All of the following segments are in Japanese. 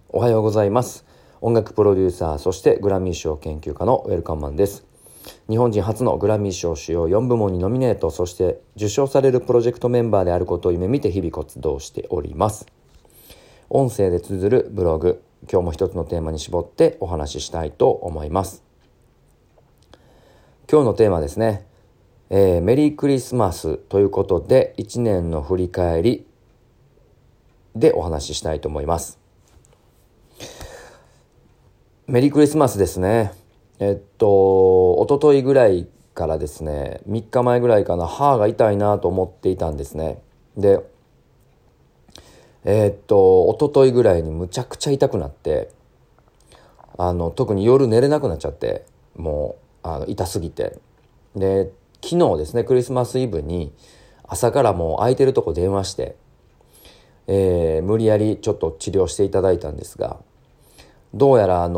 おはようございます。音楽プロデューサー、そしてグラミー賞研究家のウェルカムマンです。日本人初のグラミー賞主要4部門にノミネート、そして受賞されるプロジェクトメンバーであることを夢見て日々活動しております。音声で綴るブログ、今日も一つのテーマに絞ってお話ししたいと思います。今日のテーマですね、メリークリスマスということで1年の振り返りでお話ししたいと思います。メリークリスマスですね。一昨日ぐらいからですね、3日前ぐらいかな、歯が痛いなと思っていたんですね。で、一昨日ぐらいにむちゃくちゃ痛くなって、特に夜寝れなくなっちゃって、もう痛すぎて。で、昨日ですね、クリスマスイブに朝からもう空いてるとこ電話して、無理やりちょっと治療していただいたんですが、どうやら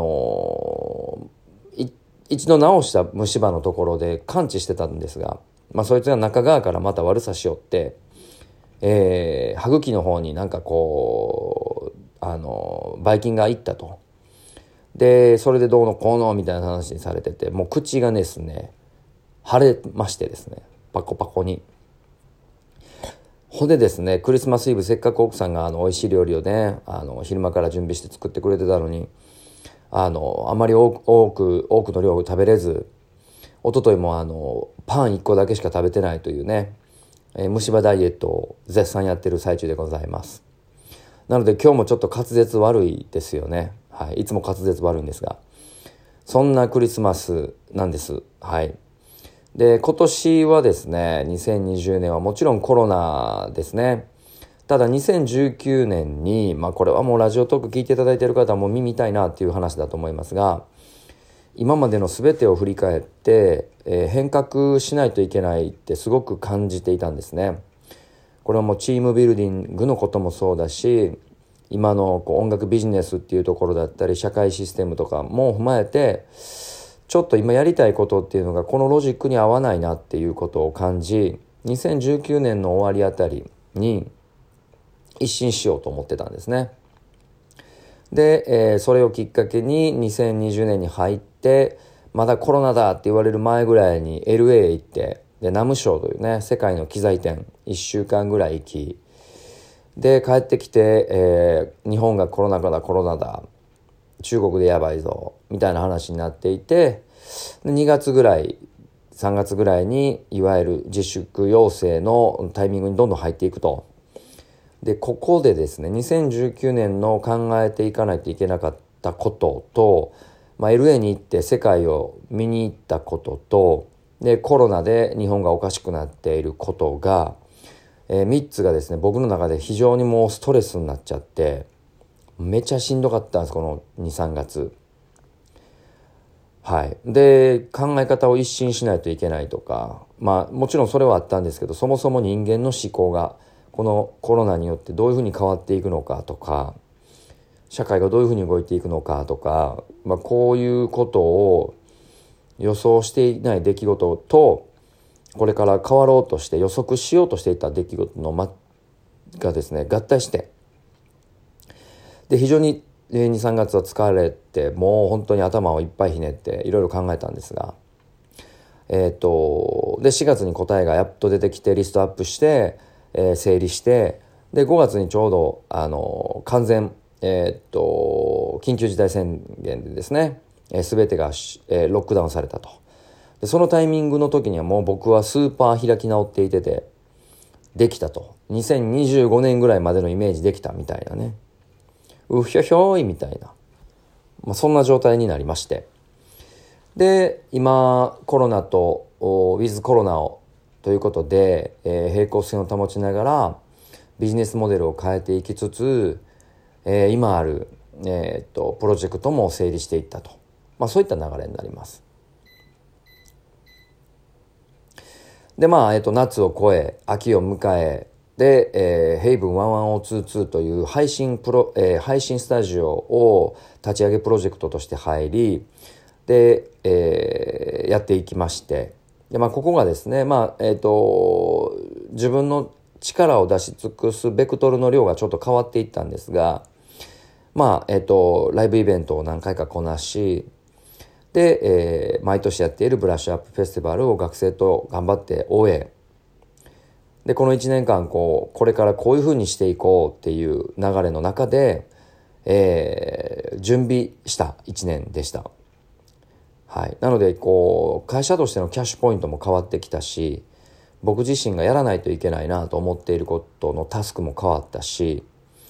一度治した虫歯のところで完治してたんですが、そいつが中側からまた悪さしよって、歯茎の方になんかこうばい菌がいったと。でそれでどうのこうのみたいな話にされてて、もう口がですね腫れましてですね、パコパコに。ほんでですね、クリスマスイブせっかく奥さんが美味しい料理をね昼間から準備して作ってくれてたのに、あまり多くの量を食べれず、一昨日もパン1個だけしか食べてないというね、虫歯ダイエットを絶賛やってる最中でございます。なので今日もちょっと滑舌悪いですよね。はい、いつも滑舌悪いんですが、そんなクリスマスなんです。はい。で、今年はですね、2020年はもちろんコロナですね。ただ2019年に、これはもうラジオトーク聞いていただいている方はもう耳痛いなっていう話だと思いますが、今までの全てを振り返って、変革しないといけないってすごく感じていたんですね。これはもうチームビルディングのこともそうだし、今の音楽ビジネスっていうところだったり社会システムとかも踏まえて、ちょっと今やりたいことっていうのがこのロジックに合わないなっていうことを感じ、2019年の終わりあたりに一新しようと思ってたんですね。で、それをきっかけに2020年に入って、まだコロナだって言われる前ぐらいに LA へ行って、でナムショーというね世界の機材店1週間ぐらい行き、で帰ってきて、日本がコロナだ中国でやばいぞみたいな話になっていて、2月ぐらい3月ぐらいにいわゆる自粛要請のタイミングにどんどん入っていくと。でここでですね、2019年の考えていかないといけなかったことと、LA に行って世界を見に行ったことと、でコロナで日本がおかしくなっていることが、3つがですね僕の中で非常にもうストレスになっちゃって、めちゃしんどかったんです、この 2,3 月。はい。で考え方を一新しないといけないとか、もちろんそれはあったんですけど、そもそも人間の思考がこのコロナによってどういうふうに変わっていくのかとか、社会がどういうふうに動いていくのかとか、こういうことを予想していない出来事と、これから変わろうとして予測しようとしていた出来事のがですね合体して、で非常に2、3月は疲れて、もう本当に頭をいっぱいひねっていろいろ考えたんですが、で4月に答えがやっと出てきてリストアップして、整理して、で5月にちょうど完全緊急事態宣言でですね、全てが、ロックダウンされたと。でそのタイミングの時にはもう僕はスーパー開き直っていてできたと。2025年ぐらいまでのイメージできたみたいなね、うひょひょーいみたいな、そんな状態になりまして、で今コロナとウィズコロナをということで、平行線を保ちながらビジネスモデルを変えていきつつ、今ある、プロジェクトも整理していったと、そういった流れになります。で夏を越え秋を迎えで、ヘイブン11022という配信スタジオを立ち上げプロジェクトとして入り、で、やっていきまして、でここがですね自分の力を出し尽くすベクトルの量がちょっと変わっていったんですが、 ライブイベントを何回かこなし、で、毎年やっているブラッシュアップフェスティバルを学生と頑張って終え、でこの1年間これからこういうふうにしていこうっていう流れの中で、準備した1年でした。はい、なので会社としてのキャッシュポイントも変わってきたし、僕自身がやらないといけないなと思っていることのタスクも変わったし、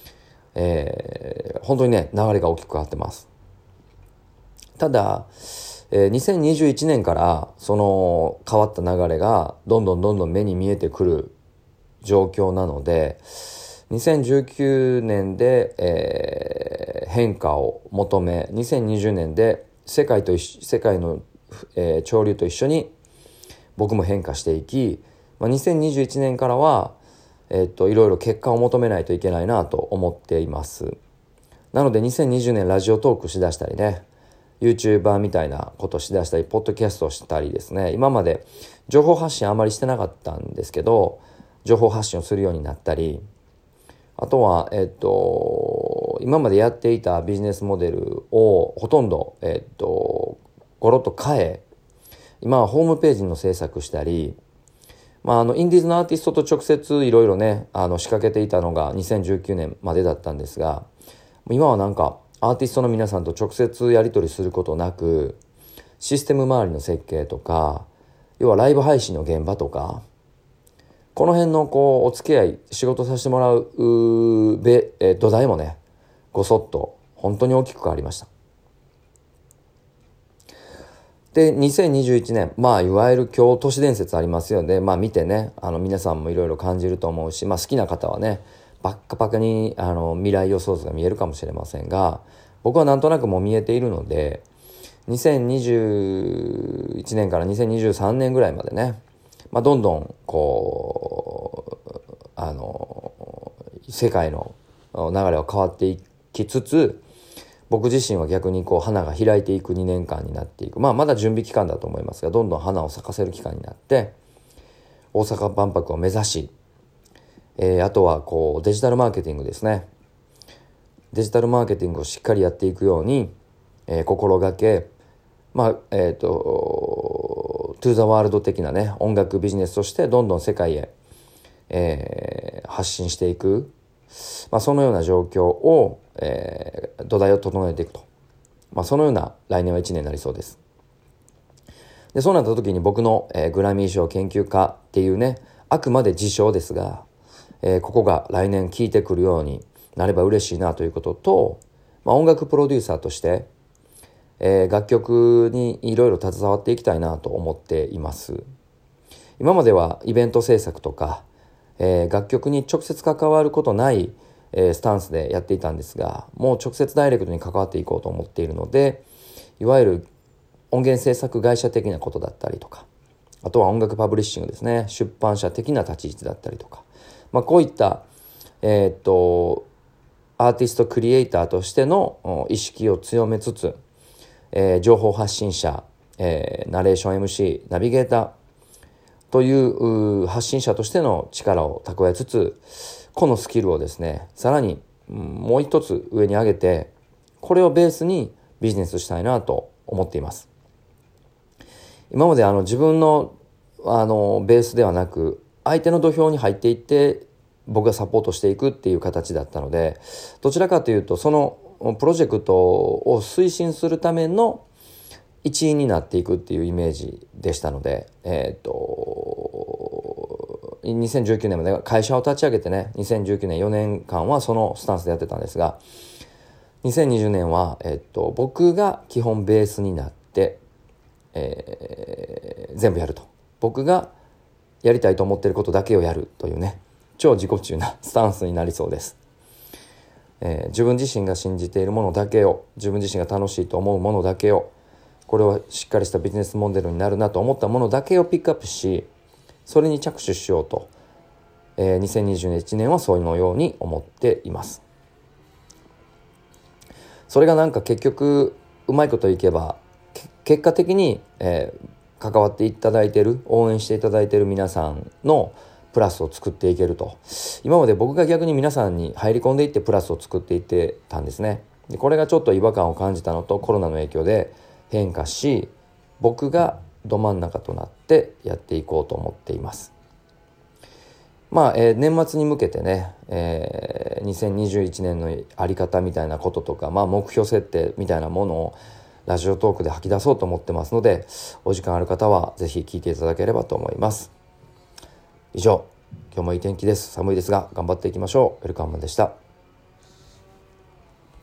本当にね流れが大きく変わってます。ただ、2021年からその変わった流れがどんどん目に見えてくる状況なので、2019年で、変化を求め、2020年で世界の、潮流と一緒に僕も変化していき、2021年からは、いろいろ結果を求めないといけないなと思っています。なので2020年ラジオトークしだしたりね、YouTuber みたいなことしだしたり、ポッドキャストしたりですね、今まで情報発信あまりしてなかったんですけど、情報発信をするようになったり、あとは、今までやっていたビジネスモデルをほとんど、ゴロッと変え、今はホームページの制作したり、インディーズのアーティストと直接いろいろね、仕掛けていたのが2019年までだったんですが、今はなんかアーティストの皆さんと直接やり取りすることなく、システム周りの設計とか、要はライブ配信の現場とか、この辺のお付き合い、仕事させてもらう土台もね、ごそっと本当に大きく変わりました。で、2021年、いわゆる今日都市伝説ありますよね。見てね、皆さんもいろいろ感じると思うし、好きな方はね、バッカバカに未来予想図が見えるかもしれませんが、僕はなんとなくもう見えているので、2021年から2023年ぐらいまでね、どんどん世界の流れは変わっていきつつ、僕自身は逆に花が開いていく2年間になっていく。まだ準備期間だと思いますが、どんどん花を咲かせる期間になって、大阪万博を目指し、あとはデジタルマーケティングですね。デジタルマーケティングをしっかりやっていくように、心がけ、トゥーザワールド的なね、音楽ビジネスとしてどんどん世界へ、発信していく、そのような状況を、土台を整えていくと、そのような来年は1年になりそうです。でそうなった時に僕の、グラミー賞研究家っていうね、あくまで自称ですが、ここが来年効いてくるようになれば嬉しいなということと、音楽プロデューサーとして、楽曲にいろいろ携わっていきたいなと思っています。今まではイベント制作とか、楽曲に直接関わることない、スタンスでやっていたんですが、もう直接ダイレクトに関わっていこうと思っているので、いわゆる音源制作会社的なことだったりとか、あとは音楽パブリッシングですね、出版社的な立ち位置だったりとか、こういった、アーティストクリエイターとしての意識を強めつつ、情報発信者、ナレーション MC、ナビゲーターという発信者としての力を蓄えつつ、このスキルをですね、さらにもう一つ上に上げて、これをベースにビジネスしたいなと思っています。今まで自分のベースではなく、相手の土俵に入っていって僕がサポートしていくっていう形だったので、どちらかというとそのプロジェクトを推進するための一員になっていくっていうイメージでしたので、2019年まで会社を立ち上げてね、2019年4年間はそのスタンスでやってたんですが、2020年は、僕が基本ベースになって、全部やると。僕がやりたいと思っていることだけをやるというね、超自己中なスタンスになりそうです。自分自身が信じているものだけを、自分自身が楽しいと思うものだけを、これはしっかりしたビジネスモデルになるなと思ったものだけをピックアップし、それに着手しようと、2021年はそのように思っています。それがなんか結局うまいこといけば、結果的に、関わっていただいている、応援していただいている皆さんのプラスを作っていけると。今まで僕が逆に皆さんに入り込んでいってプラスを作っていってたんですね。 でこれがちょっと違和感を感じたのとコロナの影響で変化し、僕がど真ん中となってやっていこうと思っています。年末に向けてね、2021年のあり方みたいなこととか、目標設定みたいなものをラジオトークで吐き出そうと思ってますので、お時間ある方はぜひ聞いていただければと思います。以上、今日もいい天気です。寒いですが頑張っていきましょう。ウェルカムマンでした。